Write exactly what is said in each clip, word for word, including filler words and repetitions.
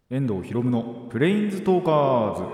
遠藤ひろむのプレインズトーカーズ。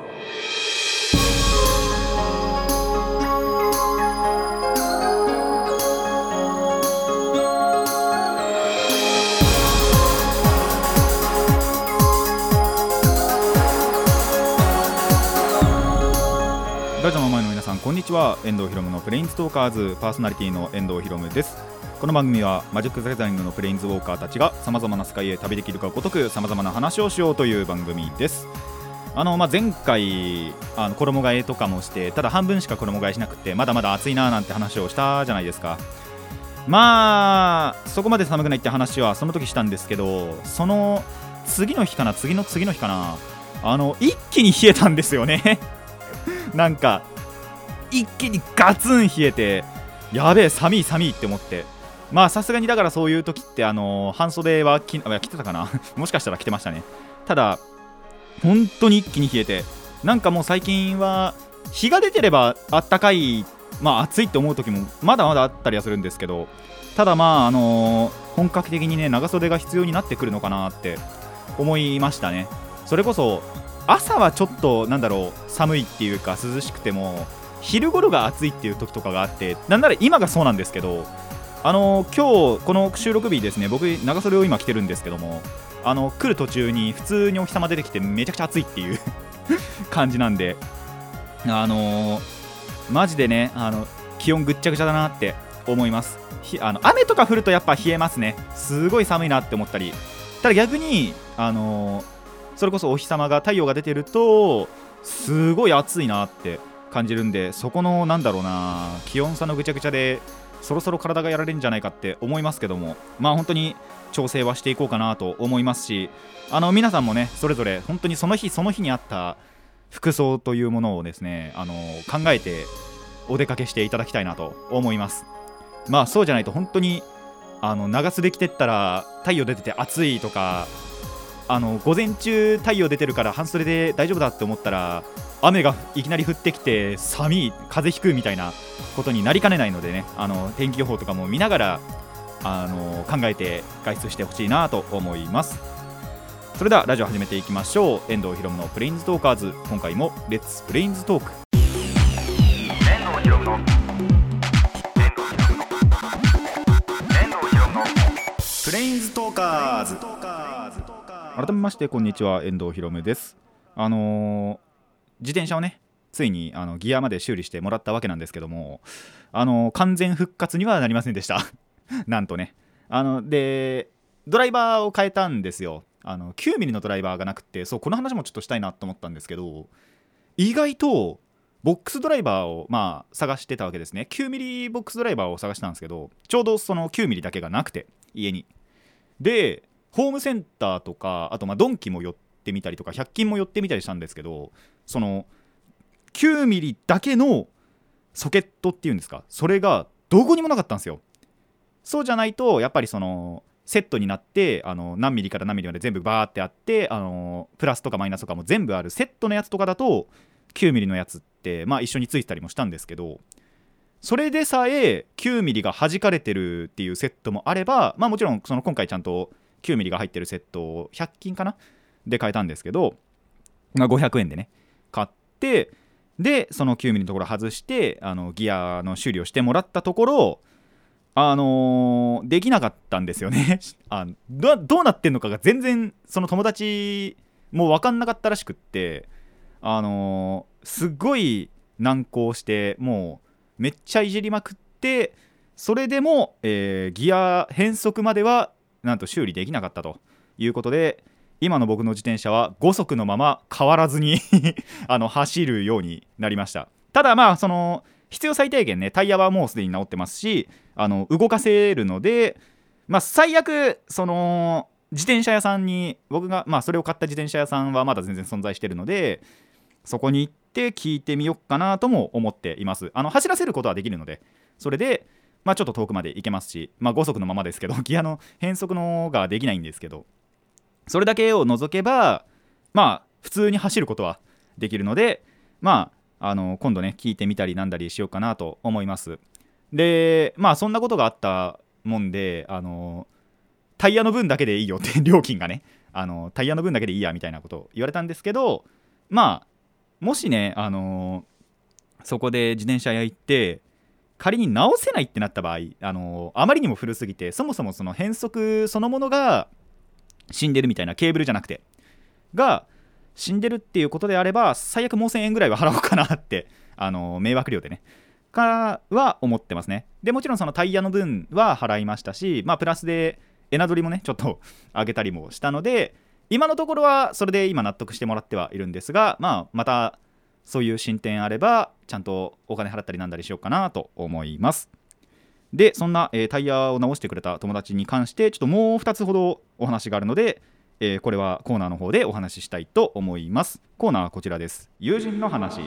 ラジオの前の皆さんこんにちは。遠藤ひろむのプレインズトーカーズパーソナリティの遠藤ひろむです。この番組はマジック・ザ・ギャザリングのプレインズウォーカーたちがさまざまな世界へ旅できるかごとくさまざまな話をしようという番組です。あの、まあ、前回あの衣替えとかもして、ただ半分しか衣替えしなくてまだまだ暑いななんて話をしたじゃないですか。まあそこまで寒くないって話はその時したんですけど、その次の日かな次の次の日かなあの一気に冷えたんですよねなんか一気にガツン冷えて、やべえ寒い寒いって思って、まあさすがにだからそういう時ってあの半袖は着着てたかなもしかしたら着てましたね。ただ本当に一気に冷えて、なんかもう最近は日が出てればあったかい、まあ暑いって思う時もまだまだあったりはするんですけど、ただまああの本格的にね長袖が必要になってくるのかなって思いましたね。それこそ朝はちょっとなんだろう寒いっていうか涼しくても昼頃が暑いっていう時とかがあって、なんなら今がそうなんですけど、あのー、今日この収録日ですね、僕長袖を今着てるんですけども、あの来る途中に普通にお日様出てきてめちゃくちゃ暑いっていう感じなんで、あのー、マジでねあの気温ぐっちゃぐちゃだなって思います。あの雨とか降るとやっぱ冷えますね。すごい寒いなって思ったり、ただ逆にあのー、それこそお日様が太陽が出てるとすごい暑いなって感じるんで、そこのなんだろうな気温差のぐちゃぐちゃでそろそろ体がやられるんじゃないかって思いますけども、まあ本当に調整はしていこうかなと思いますし、あの皆さんもねそれぞれ本当にその日その日にあった服装というものをですねあの考えてお出かけしていただきたいなと思います。まあそうじゃないと本当にあの長袖着てったら太陽出てて暑いとか、あの午前中太陽出てるから半袖で大丈夫だって思ったら雨がいきなり降ってきて寒い風邪ひくみたいなことになりかねないのでね、あの天気予報とかも見ながらあの考えて外出してほしいなと思います。それではラジオ始めていきましょう。遠藤ひろむのプレインズトーカーズ、今回もレッツプレインズトーク。遠藤ひろむのプレインズトーカーズ。改めましてこんにちは、遠藤ひろむです。あのー、自転車をねついにあのギアまで修理してもらったわけなんですけども、あのー、完全復活にはなりませんでしたなんとね、あのでドライバーを変えたんですよ。あのきゅうミリのドライバーがなくて、そうこの話もちょっとしたいなと思ったんですけど、意外とボックスドライバーをまあ探してたわけですね。きゅうミリボックスドライバーを探したんですけど、ちょうどそのきゅうミリだけがなくて家に、でホームセンターとかあとまあドンキも寄ってみたりとかひゃく均も寄ってみたりしたんですけど、そのきゅうミリだけのソケットっていうんですか、それがどこにもなかったんですよ。そうじゃないとやっぱりそのセットになってあの何ミリから何ミリまで全部バーってあって、あのプラスとかマイナスとかも全部あるセットのやつとかだときゅうミリのやつってまあ一緒についてたりもしたんですけど、それでさえきゅうミリが弾かれてるっていうセットもあれば、まあもちろんその今回ちゃんときゅうミリが入ってるセットをひゃく均かなで買えたんですけど、まあ、ごひゃくえんでね買って、でそのきゅうミリのところ外してあのギアの修理をしてもらったところ、あのー、できなかったんですよねあ ど, どうなってんのかが全然その友達も分かんなかったらしくって、あのー、すごい難航して、もうめっちゃいじりまくって、それでも、えー、ギア変速まではなんと修理できなかったということで、今の僕の自転車はご速のまま変わらずにあの走るようになりました。ただまあその必要最低限ねタイヤはもうすでに直ってますし、あの動かせるので、まあ最悪その自転車屋さんに僕がまあそれを買った自転車屋さんはまだ全然存在してるので、そこに行って聞いてみようかなとも思っています。あの走らせることはできるので、それでまあちょっと遠くまで行けますし、まあご速のままですけどギアの変速のができないんですけど、それだけを除けばまあ普通に走ることはできるので、まああの今度ね聞いてみたりなんだりしようかなと思います。でまあそんなことがあったもんで、あのタイヤの分だけでいいよって料金がねあのタイヤの分だけでいいやみたいなことを言われたんですけど、まあもしね、あのそこで自転車屋行って仮に直せないってなった場合、あのあまりにも古すぎてそもそもその変速そのものが死んでるみたいな、ケーブルじゃなくてが死んでるっていうことであれば、最悪もうせんえんぐらいは払おうかなってあの迷惑料でねからは思ってますね。でもちろんそのタイヤの分は払いましたし、まあプラスでエナドリもねちょっと上げたりもしたので、今のところはそれで今納得してもらってはいるんですが、まあまたそういう進展あればちゃんとお金払ったりなんだりしようかなと思います。でそんな、えー、タイヤを直してくれた友達に関してちょっともうふたつほどお話があるので、えー、これはコーナーの方でお話ししたいと思います。コーナーはこちらです。友人の話。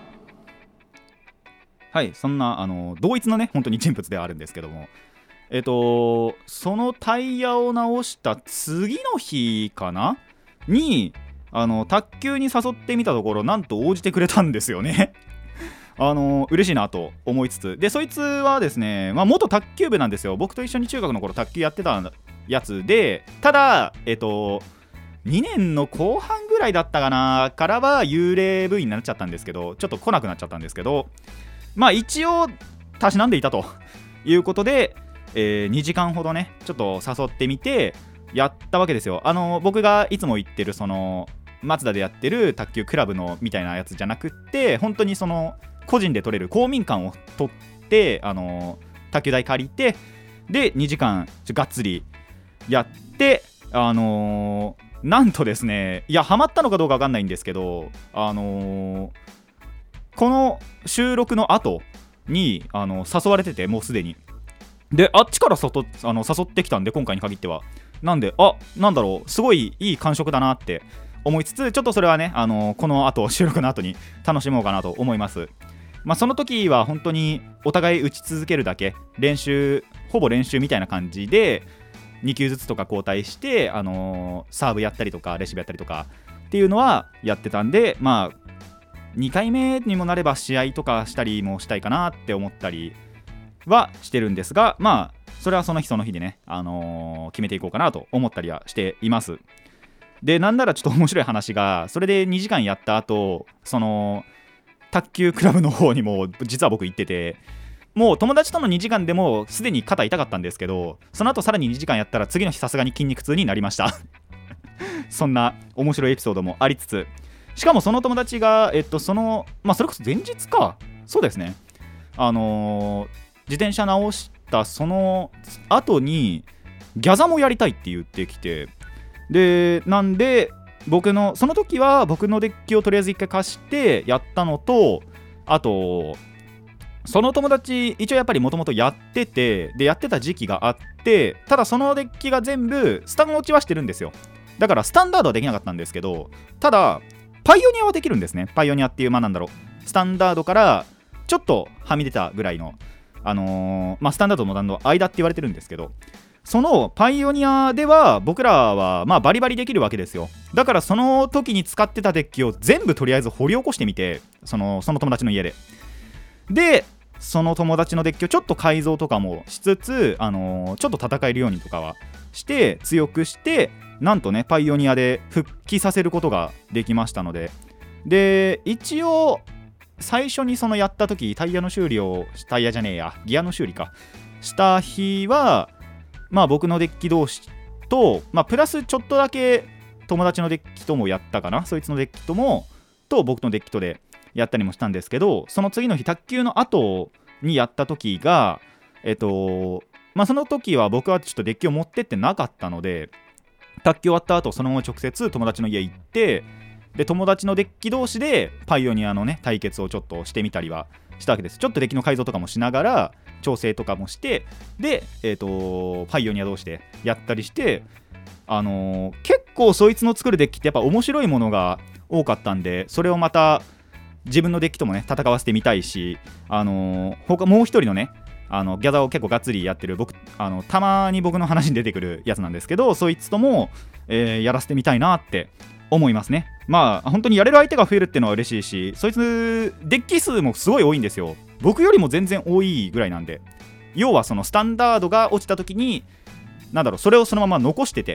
はい、そんなあの同一のね本当に人物ではあるんですけども、えっとそのタイヤを直した次の日かなにあの卓球に誘ってみたところ、なんと応じてくれたんですよねあの嬉しいなと思いつつ、でそいつはですね、まあ、元卓球部なんですよ。僕と一緒に中学の頃卓球やってたやつで、ただえっとにねんの後半ぐらいだったかなからは幽霊部員になっちゃったんですけど、ちょっと来なくなっちゃったんですけど、まあ一応たしなんでいたということで、えー、にじかんほどねちょっと誘ってみてやったわけですよ。あの僕がいつも行ってるその松田でやってる卓球クラブのみたいなやつじゃなくって、本当にその個人で取れる公民館を取って、あの卓球台借りて、でにじかんがっつりやって、あのー、なんとですね、いやハマったのかどうか分かんないんですけど、あのー、この収録の後にあの誘われてて、もうすでにであっちから外あの誘ってきたんで、今回に限ってはなんで、あなんだろう、すごいいい感触だなって思いつつ、ちょっとそれはね、あのこの後収録の後に楽しもうかなと思います。まあその時は本当にお互い打ち続けるだけ、練習ほぼ練習みたいな感じでに球ずつとか交代して、あのー、サーブやったりとかレシーブやったりとかっていうのはやってたんで、まあにかいめにもなれば試合とかしたりもしたいかなって思ったりはしてるんですが、まあそれはその日その日でね、あのー、決めていこうかなと思ったりはしています。でなんならちょっと面白い話が、それでにじかんやった後、その卓球クラブの方にも実は僕行ってて、もう友達とのにじかんでもすでに肩痛かったんですけど、その後さらににじかんやったら次の日さすがに筋肉痛になりましたそんな面白いエピソードもありつつ、しかもその友達がえっとそのまあそれこそ前日か、そうですね、あのー、自転車直したその後にギャザもやりたいって言ってきて、でなんで僕のその時は僕のデッキをとりあえず一回貸してやったのと、あとその友達一応やっぱりもともとやってて、でやってた時期があって、ただそのデッキが全部スタン落ちはしてるんですよ。だからスタンダードはできなかったんですけど、ただパイオニアはできるんですね。パイオニアっていう、まあなんだろう、スタンダードからちょっとはみ出たぐらいの、あのー、まあスタンダードの段の間って言われてるんですけど、そのパイオニアでは僕らはまあバリバリできるわけですよ。だからその時に使ってたデッキを全部とりあえず掘り起こしてみて、そのその友達の家ででその友達のデッキをちょっと改造とかもしつつ、あのー、ちょっと戦えるようにとかはして強くして、なんとねパイオニアで復帰させることができましたので、で一応最初にそのやった時タイヤの修理をタイヤじゃねえやギアの修理かした日は、まあ僕のデッキ同士と、まあプラスちょっとだけ友達のデッキともやったかな、そいつのデッキともと僕のデッキとでやったりもしたんですけど、その次の日卓球の後にやった時がえっとまあその時は僕はちょっとデッキを持ってってなかったので、卓球終わった後そのまま直接友達の家行って、で友達のデッキ同士でパイオニアのね対決をちょっとしてみたりはしたわけです。ちょっとデッキの改造とかもしながら調整とかもして、でえっとパイオニア同士でやったりして、あのー、結構そいつの作るデッキってやっぱ面白いものが多かったんで、それをまた自分のデッキともね戦わせてみたいし、あのー、他もう一人のねあのギャザーを結構がっつりやってる僕、あのたまに僕の話に出てくるやつなんですけど、そいつとも、えー、やらせてみたいなって思いますね。まあ本当にやれる相手が増えるっていうのは嬉しいし、そいつデッキ数もすごい多いんですよ。僕よりも全然多いぐらいなんで、要はそのスタンダードが落ちた時になんだろう、それをそのまま残してて、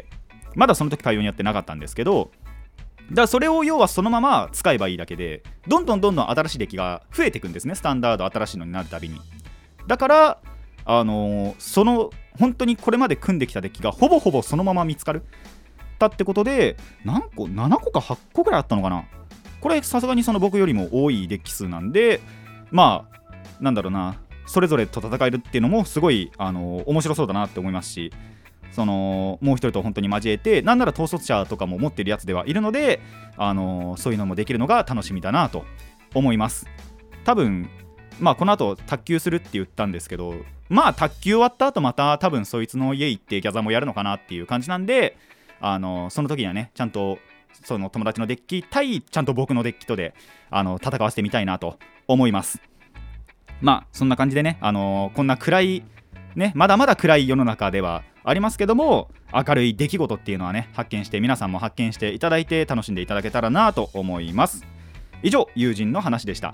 まだその時パイオニアってなかったんですけど、だからそれを要はそのまま使えばいいだけで、どんどんどんどん新しいデッキが増えていくんですね。スタンダード新しいのになるたびに。だからあのー、その本当にこれまで組んできたデッキがほぼほぼそのまま見つかるたってことで、何個ななこかはっこくらいあったのかな。これさすがにその僕よりも多いデッキ数なんで、まあなんだろうな、それぞれと戦えるっていうのもすごい、あのー、面白そうだなって思いますし、そのもう一人と本当に交えて、なんなら統率者とかも持ってるやつではいるので、あのー、そういうのもできるのが楽しみだなと思います。多分まあこの後卓球するって言ったんですけど、まあ卓球終わった後また多分そいつの家行ってギャザーもやるのかなっていう感じなんで、あのー、その時にはねちゃんとその友達のデッキ対ちゃんと僕のデッキとであの戦わせてみたいなと思います。まあそんな感じでね、あのー、こんな暗いね、まだまだ暗い世の中ではありますけども、明るい出来事っていうのはね発見して、皆さんも発見していただいて楽しんでいただけたらなと思います。以上、友人の話でした。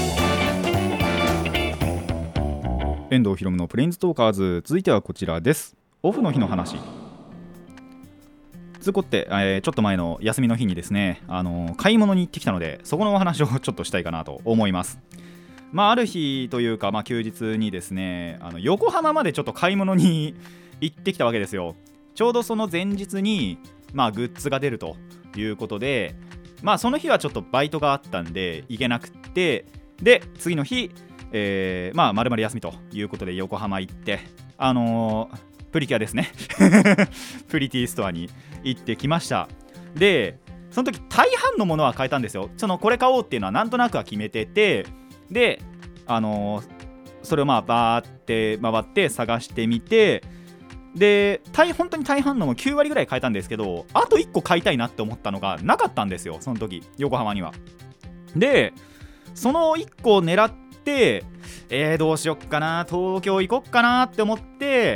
遠藤ひろむのプレインズトーカーズ、続いてはこちらです。オフの日の話。つうこって、えー、ちょっと前の休みの日にですね、あのー、買い物に行ってきたので、そこのお話をちょっとしたいかなと思います。まあ、ある日というか、まあ、休日にですね、あの横浜までちょっと買い物に行ってきたわけですよ。ちょうどその前日に、まあ、グッズが出るということで、まあ、その日はちょっとバイトがあったんで行けなくて、で次の日、えー、まあ丸々休みということで横浜行って、あのー、プリキュアですねプリティストアに行ってきました。でその時大半のものは買えたんですよ。そのこれ買おうっていうのはなんとなくは決めてて、であのー、それをまあバーって回って探してみて、で大本当に大半のもきゅうわりぐらい買えたんですけど、あといっこ買いたいなって思ったのがなかったんですよ、その時横浜には。でそのいっこを狙って、えー、どうしよっかな、東京行こっかなって思って、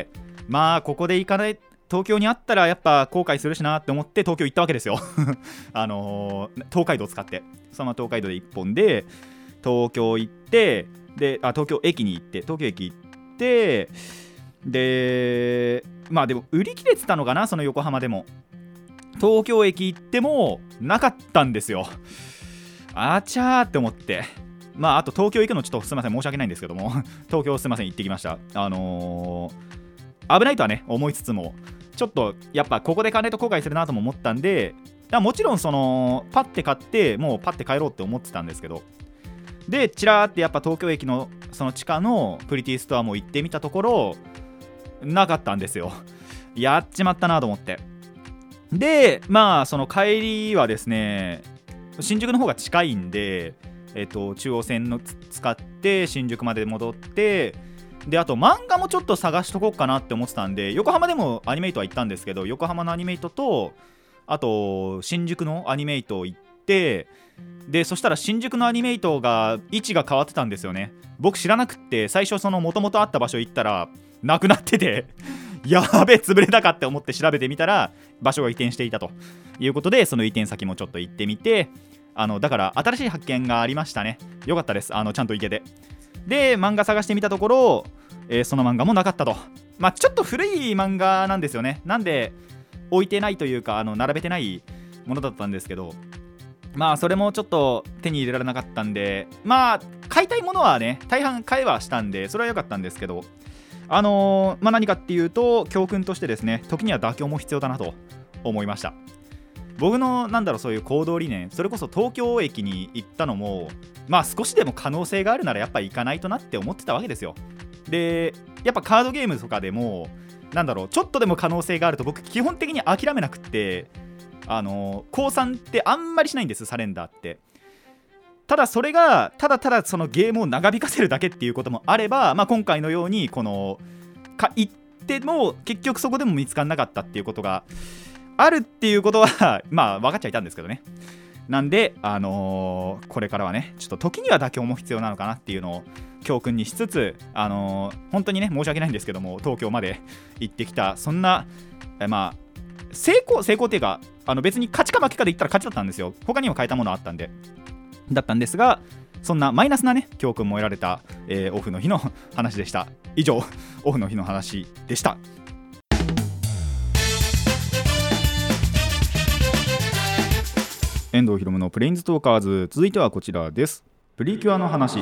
まあここで行かない、東京にあったらやっぱ後悔するしなって思って東京行ったわけですよあのー、東海道を使って、その東海道でいっぽんで東京行って、であ東京駅に行って東京駅行って、でまあでも売り切れてたのかな、その横浜でも。東京駅行ってもなかったんですよ。あちゃーって思って、まああと東京行くのちょっとすいません申し訳ないんですけども東京すいません行ってきました。あのー、危ないとはね思いつつも、ちょっとやっぱここで買わないと後悔するなとも思ったんで、もちろんそのパッて買ってもうパッて帰ろうって思ってたんですけど、でチラーってやっぱ東京駅のその地下のプリティストアも行ってみたところなかったんですよ。やっちまったなと思って。でまあその帰りはですね、新宿の方が近いんで、えっと中央線の使って新宿まで戻って、であと漫画もちょっと探しとこうかなって思ってたんで、横浜でもアニメイトは行ったんですけど、横浜のアニメイトとあと新宿のアニメイト行って、でそしたら新宿のアニメイトが位置が変わってたんですよね。僕知らなくって、最初その元々あった場所行ったらなくなっててやべえ潰れたかって思って調べてみたら場所が移転していたということで、その移転先もちょっと行ってみて、あのだから新しい発見がありましたね。よかったです、あのちゃんと行けて。で漫画探してみたところ、えー、その漫画もなかったと。まあちょっと古い漫画なんですよね。なんで置いてないというか、あの並べてないものだったんですけど、まあそれもちょっと手に入れられなかったんで、まあ買いたいものはね大半買えはしたんでそれは良かったんですけど、あのー、まあ何かっていうと教訓としてですね、時には妥協も必要だなと思いました。僕のなんだろうそういう行動理念、それこそ東京駅に行ったのも、まあ少しでも可能性があるならやっぱ行かないとなって思ってたわけですよ。でやっぱカードゲームとかでもなんだろうちょっとでも可能性があると僕基本的に諦めなくって、あの降参ってあんまりしないんです、サレンダーって。ただそれがただただそのゲームを長引かせるだけっていうこともあれば、まあ、今回のようにこのか行っても結局そこでも見つからなかったっていうことがあるっていうことはまあ分かっちゃいたんですけどね。なんで、あのー、これからはねちょっと時には妥協も必要なのかなっていうのを教訓にしつつ、あのー、本当にね申し訳ないんですけども東京まで行ってきた、そんなまあ成功成功っていうか、あの別に勝ちか負けかで言ったら勝ちだったんですよ。他にも変えたものあったんでだったんですが、そんなマイナスなね教訓も得られた、えー、オフの日の話でした。以上オフの日の話でした。 遠藤ひろむのプレインズトーカーズ。続いてはこちらです。プリキュアの話。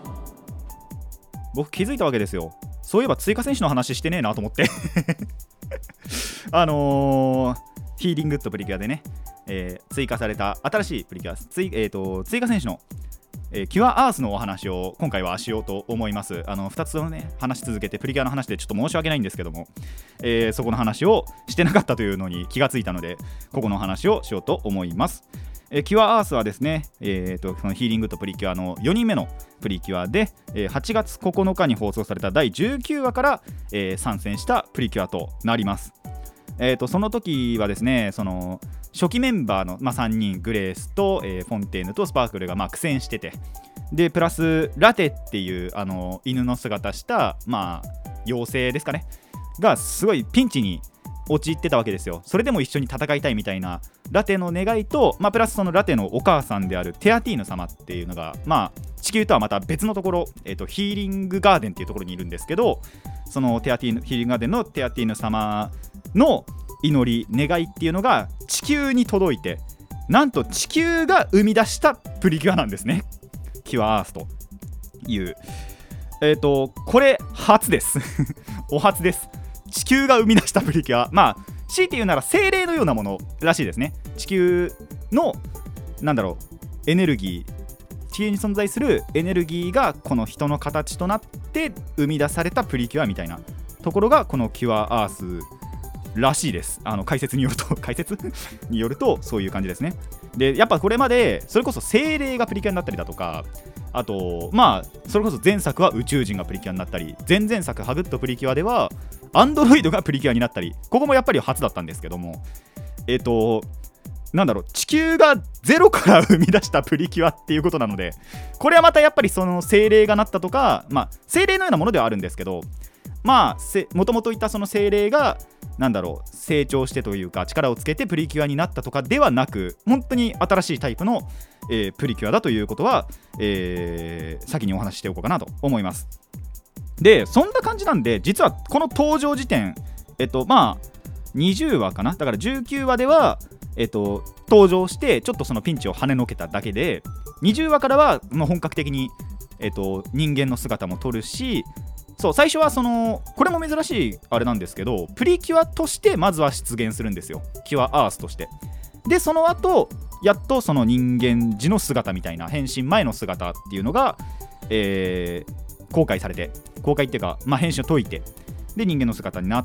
僕気づいたわけですよ。そういえば追加選手の話してねえなと思ってあのー、ヒーリングッドプリキュアでね、えー、追加された新しいプリキュア追、えー、と追加選手の、えー、キュアアースのお話を今回はしようと思います。あのふたつをね話し続けてプリキュアの話でちょっと申し訳ないんですけども、えー、そこの話をしてなかったというのに気がついたので、ここの話をしようと思います。えー、キュアアースはですね、えー、とそのヒーリングとプリキュアのよにんめのプリキュアで、えー、はちがつここのかに放送されただいじゅうきゅうわから、えー、参戦したプリキュアとなります。えー、とその時はですね、その初期メンバーの、まあ、さんにん、グレースと、えー、フォンテーヌとスパークルが、まあ、苦戦してて、でプラスラテっていうあの犬の姿した、まあ、妖精ですかねがすごいピンチに陥ってたわけですよ。それでも一緒に戦いたいみたいなラテの願いと、まあ、プラスそのラテのお母さんであるテアティーヌ様っていうのが、まあ、地球とはまた別のところ、えーと、ヒーリングガーデンっていうところにいるんですけど、そのテアティーヌヒーリングガーデンのテアティーヌ様の祈り願いっていうのが地球に届いて、なんと地球が生み出したプリキュアなんですね。キュアアースというえっ、ー、とこれ初ですお初です。地球が生み出したプリキュア、まあ強いて言うなら精霊のようなものらしいですね。地球のなんだろうエネルギー、地球に存在するエネルギーがこの人の形となって生み出されたプリキュアみたいなところがこのキュアアースらしいです。あの解説によると解説によるとそういう感じですね。でやっぱこれまでそれこそ精霊がプリキュアになったりだとか、あとまあそれこそ前作は宇宙人がプリキュアになったり、前々作ハグッドプリキュアではアンドロイドがプリキュアになったり、ここもやっぱり初だったんですけども、えっとなんだろう地球がゼロから生み出したプリキュアっていうことなので、これはまたやっぱりその精霊がなったとか、まあ精霊のようなものではあるんですけど、まあもともといたその精霊がなんだろう成長してというか力をつけてプリキュアになったとかではなく、本当に新しいタイプの、えー、プリキュアだということは、えー、先にお話ししておこうかなと思います。でそんな感じなんで、実はこの登場時点えっとまあにじゅうわかな、だからじゅうきゅうわではえっと登場してちょっとそのピンチを跳ねのけただけで、にじゅうわからはもう本格的にえっと人間の姿も撮るし、そう最初はそのこれも珍しいあれなんですけど、プリキュアとしてまずは出現するんですよ、キュアアースとして。でその後やっとその人間時の姿みたいな変身前の姿っていうのが、えー、公開されて、公開っていうか、まあ、変身を解いて、で人間の姿になって、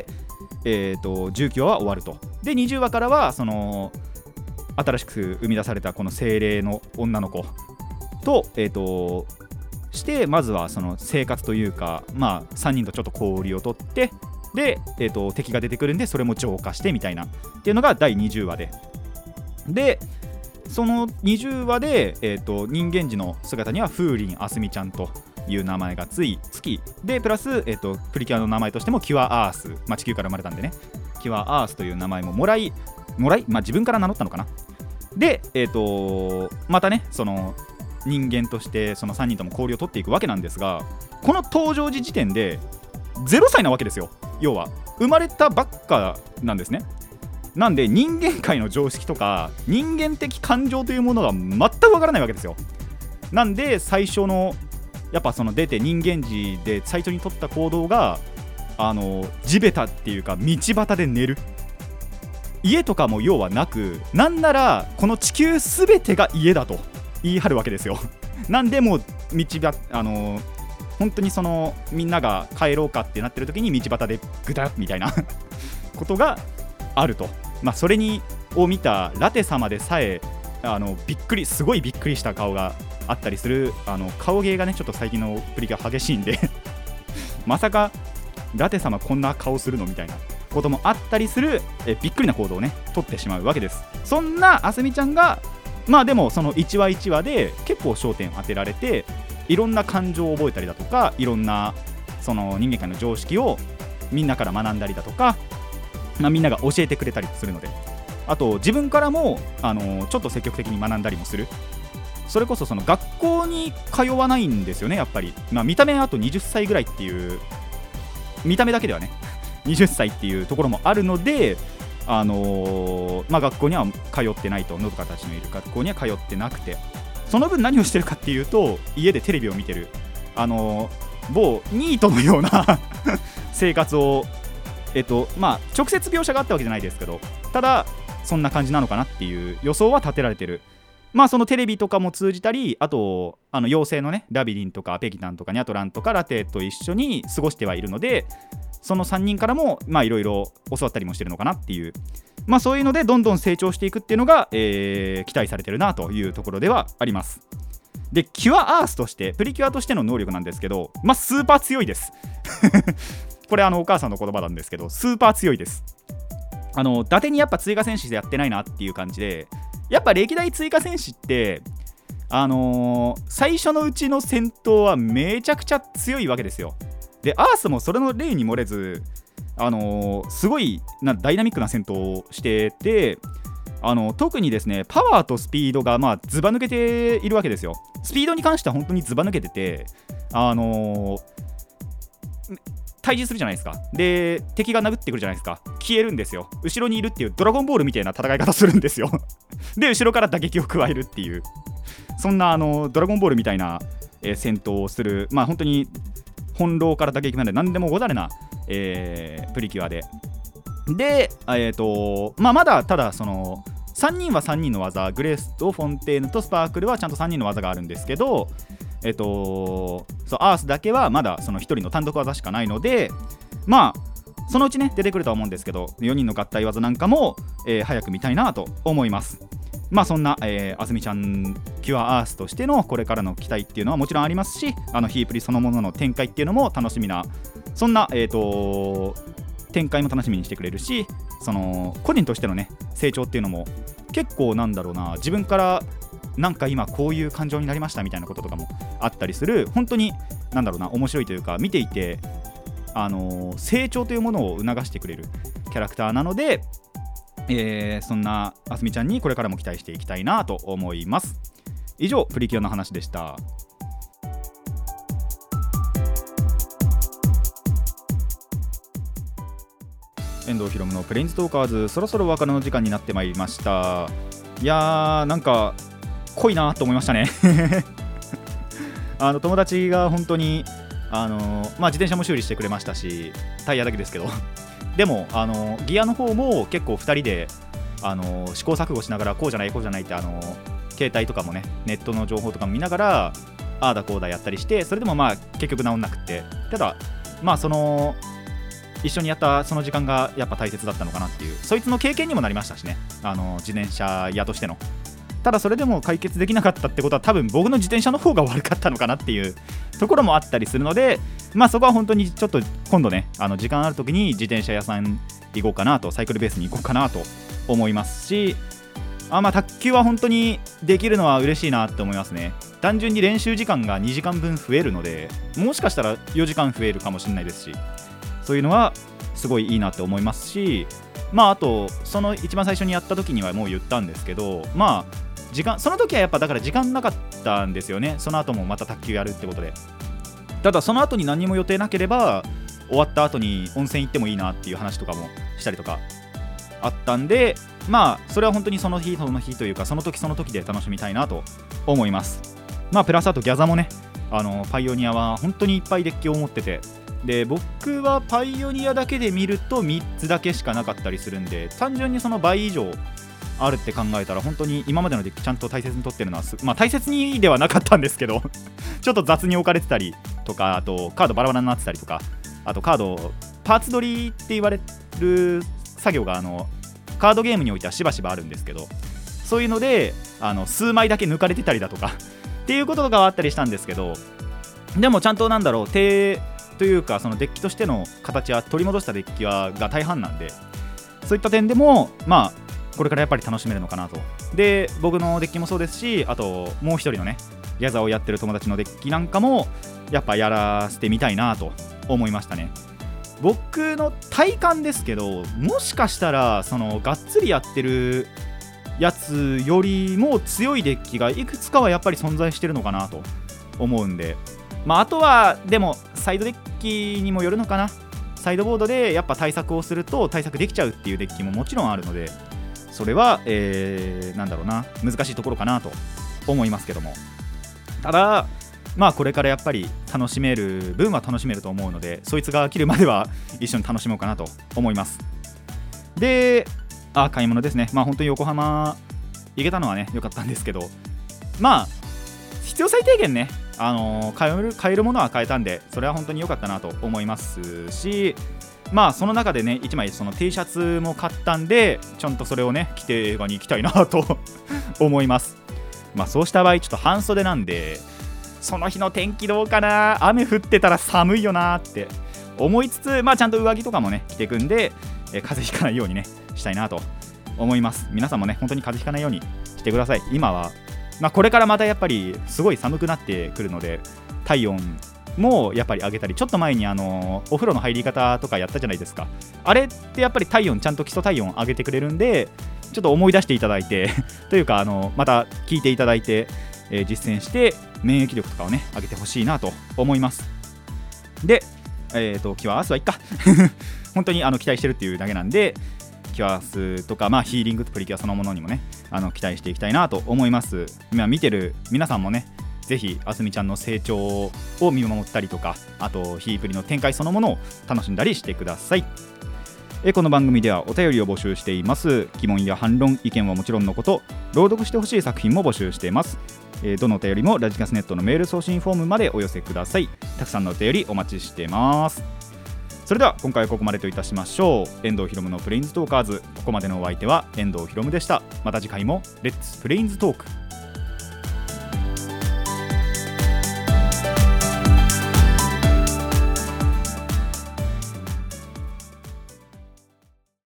えー、とじゅうきゅうわは終わると。でにじゅうわからはその新しく生み出されたこの精霊の女の子とえっ、ー、としてまずはその生活というか、まあさんにんとちょっと交流を取って、で、えー、と敵が出てくるんでそれも浄化してみたいなっていうのがだいにじゅうわで、でそのにじゅうわで、えー、と人間児の姿には風鈴あすみちゃんという名前がついつきで、プラス、えー、とプリキュアの名前としてもキュアアース、まあ、地球から生まれたんでね、キュアアースという名前ももらいもらい、まあ、自分から名乗ったのかな。で、えー、とまたねその人間としてそのさんにんとも交流を取っていくわけなんですが、この登場時時点でゼロさいなわけですよ。要は生まれたばっかなんですね。なんで人間界の常識とか人間的感情というものが全くわからないわけですよ。なんで最初のやっぱその出て人間児で最初に取った行動があの地べたっていうか道端で寝る、家とかも要はなく、なんならこの地球すべてが家だと言い張るわけですよ。なんでもう道があの本当にそのみんなが帰ろうかってなってる時に道端でグタッみたいなことがあると。まあそれにを見たラテ様でさえあのびっくりすごいびっくりした顔があったりする、あの顔芸がねちょっと最近のプリキュア激しいんでまさかラテ様こんな顔するのみたいなこともあったりする、えびっくりな行動をね取ってしまうわけです。そんなあすみちゃんがまあでもそのいちわいちわで結構焦点を当てられて、いろんな感情を覚えたりだとか、いろんなその人間界の常識をみんなから学んだりだとか、まあ、みんなが教えてくれたりするので、あと自分からもあのちょっと積極的に学んだりもする。それこそその学校に通わないんですよねやっぱり。まあ見た目あとはたちぐらいっていう見た目だけではねはたちっていうところもあるので、 あのーまあ、学校には通ってないと、のどかたちのいる学校には通ってなくて、その分何をしてるかっていうと、家でテレビを見てる、あのー、某ニートのような生活を、えっとまあ、直接描写があったわけじゃないですけど、ただそんな感じなのかなっていう予想は立てられてる。まあそのテレビとかも通じたり、あとあの妖精のねラビリンとかペギタンとかニャトランとかラテと一緒に過ごしてはいるので、そのさんにんからもまあいろいろ教わったりもしてるのかなっていう、まあそういうのでどんどん成長していくっていうのが、えー、期待されてるなというところではあります。でキュアアースとしてプリキュアとしての能力なんですけど、まあスーパー強いですこれあのお母さんの言葉なんですけど、スーパー強いです。あの伊達にやっぱ追加戦士でやってないなっていう感じで、やっぱ歴代追加戦士ってあのー、最初のうちの戦闘はめちゃくちゃ強いわけですよ。でアースもそれの例に漏れず、あのー、すごいなダイナミックな戦闘をしてて、あの特にですねパワーとスピードがまあずば抜けているわけですよ。スピードに関しては本当にずば抜けてて、あのー対峙するじゃないですか。で敵が殴ってくるじゃないですか。消えるんですよ。後ろにいるっていうドラゴンボールみたいな戦い方するんですよで後ろから打撃を加えるっていう、そんなあのドラゴンボールみたいな、えー、戦闘をする、まあ本当に翻弄から打撃まで何でもござれな、えー、プリキュアでで、えーとまあ、まだただそのさんにんはさんにんの技、グレースとフォンテーヌとスパークルはちゃんとさんにんの技があるんですけど、えっと、そうアースだけはまだそのひとりの単独技しかないので、まあそのうちね出てくるとは思うんですけど、よにんの合体技なんかも、えー、早く見たいなと思います。まあそんな、えー、あずみちゃんキュアアースとしてのこれからの期待っていうのはもちろんありますし、あのヒープリそのものの展開っていうのも楽しみな、そんな、えーと展開も楽しみにしてくれるし、その個人としてのね成長っていうのも結構なんだろうな、自分からなんか今こういう感情になりましたみたいなこととかもあったりする、本当になんだろうな、面白いというか見ていて、あのー、成長というものを促してくれるキャラクターなので、えー、そんなあすみちゃんにこれからも期待していきたいなと思います。以上プリキュアの話でした。遠藤ひろむのプレインズトーカーズ、そろそろお別れの時間になってまいりました。いやーなんか濃いなと思いましたねあの友達が本当にあの、まあ、自転車も修理してくれましたし、タイヤだけですけどでもあのギアの方も結構ふたりであの試行錯誤しながら、こうじゃないこうじゃないってあの携帯とかもねネットの情報とかも見ながらああだこうだやったりして、それでもまあ結局治んなくって、ただまあその一緒にやったその時間がやっぱ大切だったのかなっていう、そいつの経験にもなりましたしね、あの自転車屋としての。ただそれでも解決できなかったってことは多分僕の自転車の方が悪かったのかなっていうところもあったりするので、まあそこは本当にちょっと今度ね、あの時間ある時に自転車屋さん行こうかなと、サイクルベースに行こうかなと思いますし、あまあ卓球は本当にできるのは嬉しいなって思いますね。単純に練習時間がにじかんぶん増えるので、もしかしたらよじかん増えるかもしれないですし、そういうのはすごいいいなって思いますし、まああとその一番最初にやった時にはもう言ったんですけど、まあ時間その時はやっぱだから時間なかったんですよね。その後もまた卓球やるってことで、ただその後に何も予定なければ終わった後に温泉行ってもいいなっていう話とかもしたりとかあったんで、まあそれは本当にその日その日というかその時その時で楽しみたいなと思います。まあプラスあとギャザもね、あのパイオニアは本当にいっぱいデッキを持ってて、で僕はパイオニアだけで見るとみっつだけしかなかったりするんで、単純にその倍以上あるって考えたら本当に今までのデッキちゃんと大切に取ってるのは、まあ大切にではなかったんですけどちょっと雑に置かれてたりとか、あとカードバラバラになってたりとか、あとカードパーツ取りって言われる作業があのカードゲームにおいてはしばしばあるんですけど、そういうのであの数枚だけ抜かれてたりだとかっていうこととかはあったりしたんですけど、でもちゃんとなんだろう、手というかそのデッキとしての形は取り戻したデッキはが大半なんで、そういった点でもまあこれからやっぱり楽しめるのかなと。で僕のデッキもそうですし、あともう一人のねギャザーをやってる友達のデッキなんかもやっぱやらせてみたいなと思いましたね。僕の体感ですけど、もしかしたらそのがっつりやってるやつよりも強いデッキがいくつかはやっぱり存在してるのかなと思うんで、まああとはでもサイドデッキにもよるのかな。 サイドボードでやっぱ対策をすると対策できちゃうっていうデッキももちろんあるので、それは、えー、なんだろうな難しいところかなと思いますけども、ただまあこれからやっぱり楽しめる分は楽しめると思うので、そいつが切るまでは一緒に楽しもうかなと思います。で、あ買い物ですね。まあ本当に横浜行けたのはね良かったんですけど、まあ必要最低限ね、あのー、買える買えるものは買えたんで、それは本当に良かったなと思いますし、まあその中でねいちまいその T シャツも買ったんで、ちゃんとそれをね着て映画に行きたいなと思います。まあそうした場合ちょっと半袖なんで、その日の天気どうかな、雨降ってたら寒いよなって思いつつ、まあちゃんと上着とかもね着ていくんで、えー、風邪ひかないようにねしたいなと思います。皆さんもね本当に風邪ひかないようにしてください。今はまあこれからまたやっぱりすごい寒くなってくるので、体温もやっぱり上げたり、ちょっと前にあのお風呂の入り方とかやったじゃないですか。あれってやっぱり体温ちゃんと基礎体温上げてくれるんで、ちょっと思い出していただいてというかあのまた聞いていただいて、えー、実践して免疫力とかをね上げてほしいなと思います。で、えーとキュアアースはいっか本当にあの期待してるっていうだけなんで、キュアアースとか、まあ、ヒーリングとプリキュアそのものにもねあの期待していきたいなと思います。今見てる皆さんもねぜひあすみちゃんの成長を見守ったりとか、あとヒープリの展開そのものを楽しんだりしてください。えこの番組ではお便りを募集しています。疑問や反論、意見はもちろんのこと、朗読してほしい作品も募集しています。えー、どのお便りもラジカスネットのメール送信フォームまでお寄せください。たくさんのお便りお待ちしてます。それでは今回はここまでといたしましょう。遠藤ひろむのプレインズトーカーズ、ここまでのお相手は遠藤ひろむでした。また次回もレッツプレインズトーク。